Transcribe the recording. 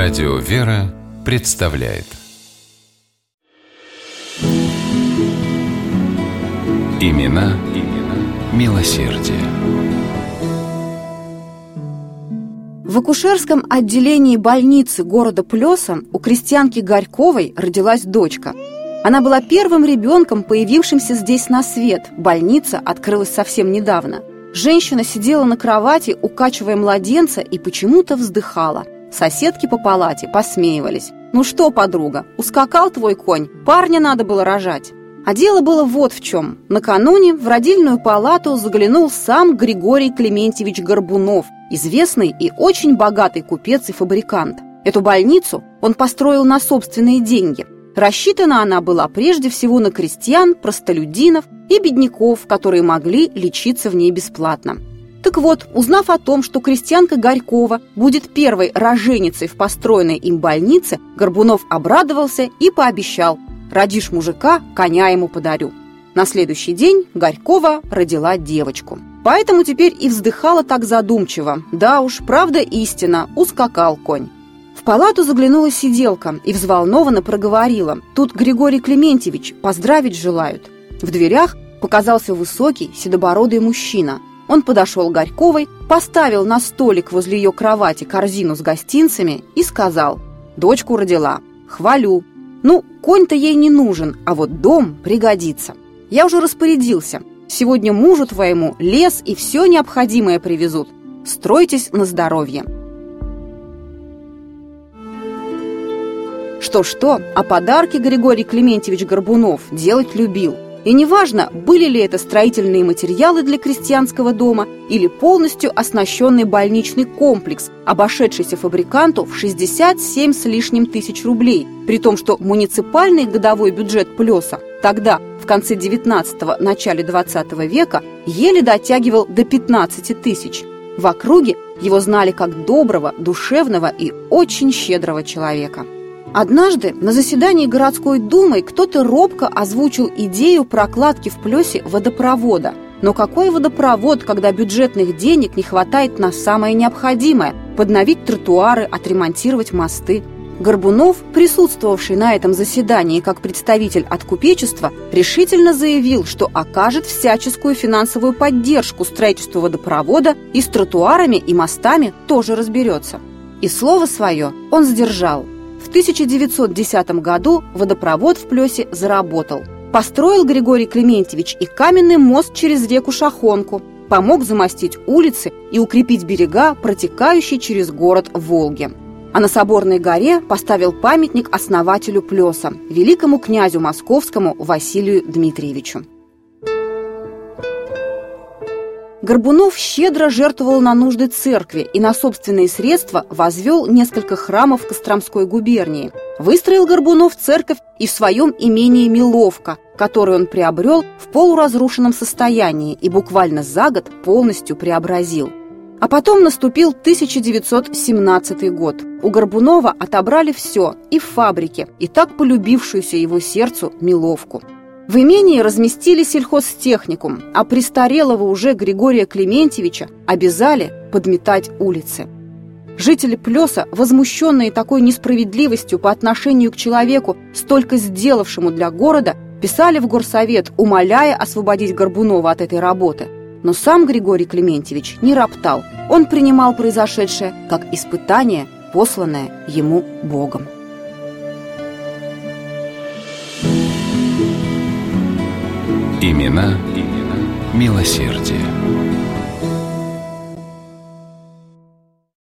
Радио «Вера» представляет Имена милосердия. В акушерском отделении больницы города Плеса у крестьянки Горьковой родилась дочка. Она была первым ребенком, появившимся здесь на свет. Больница открылась совсем недавно. Женщина сидела на кровати, укачивая младенца, и почему-то вздыхала. Соседки по палате посмеивались. «Ну что, подруга, ускакал твой конь, парня надо было рожать». А дело было вот в чем. Накануне в родильную палату заглянул сам Григорий Клементьевич Горбунов, известный и очень богатый купец и фабрикант. Эту больницу он построил на собственные деньги. Рассчитана она была прежде всего на крестьян, простолюдинов и бедняков, которые могли лечиться в ней бесплатно. Так вот, узнав о том, что крестьянка Горькова будет первой роженицей в построенной им больнице, Горбунов обрадовался и пообещал: «Родишь мужика, коня ему подарю». На следующий день Горькова родила девочку. Поэтому теперь и вздыхала так задумчиво. Да уж, правда истина, ускакал конь. В палату заглянула сиделка и взволнованно проговорила: «Тут Григорий Клементьевич, поздравить желают». В дверях показался высокий, седобородый мужчина. Он подошел к Горьковой, поставил на столик возле ее кровати корзину с гостинцами и сказал: «Дочку родила, хвалю. Ну, конь-то ей не нужен, а вот дом пригодится. Я уже распорядился. Сегодня мужу твоему лес и все необходимое привезут. Стройтесь на здоровье». Что-что, а подарки Григорий Клементьевич Горбунов делать любил. И неважно, были ли это строительные материалы для крестьянского дома или полностью оснащенный больничный комплекс, обошедшийся фабриканту в 67 с лишним тысяч рублей, при том, что муниципальный годовой бюджет Плеса тогда, в конце 19-го, начале 20 века, еле дотягивал до 15 тысяч. В округе его знали как доброго, душевного и очень щедрого человека. Однажды на заседании городской думы кто-то робко озвучил идею прокладки в Плесе водопровода. Но какой водопровод, когда бюджетных денег не хватает на самое необходимое – подновить тротуары, отремонтировать мосты? Горбунов, присутствовавший на этом заседании как представитель от купечества, решительно заявил, что окажет всяческую финансовую поддержку строительству водопровода и с тротуарами и мостами тоже разберется. И слово свое он сдержал. В 1910 году водопровод в Плесе заработал. Построил Григорий Клементьевич и каменный мост через реку Шахонку, помог замостить улицы и укрепить берега, протекающие через город Волги. А на Соборной горе поставил памятник основателю Плеса, великому князю московскому Василию Дмитриевичу. Горбунов щедро жертвовал на нужды церкви и на собственные средства возвел несколько храмов в Костромской губернии. Выстроил Горбунов церковь и в своем имении Миловка, которую он приобрел в полуразрушенном состоянии и буквально за год полностью преобразил. А потом наступил 1917 год. У Горбунова отобрали все, и фабрики, и так полюбившуюся его сердцу Миловку. В имении разместили сельхозтехникум, а престарелого уже Григория Клементьевича обязали подметать улицы. Жители Плеса, возмущенные такой несправедливостью по отношению к человеку, столько сделавшему для города, писали в горсовет, умоляя освободить Горбунова от этой работы. Но сам Григорий Клементьевич не роптал. Он принимал произошедшее как испытание, посланное ему Богом. Имена милосердия.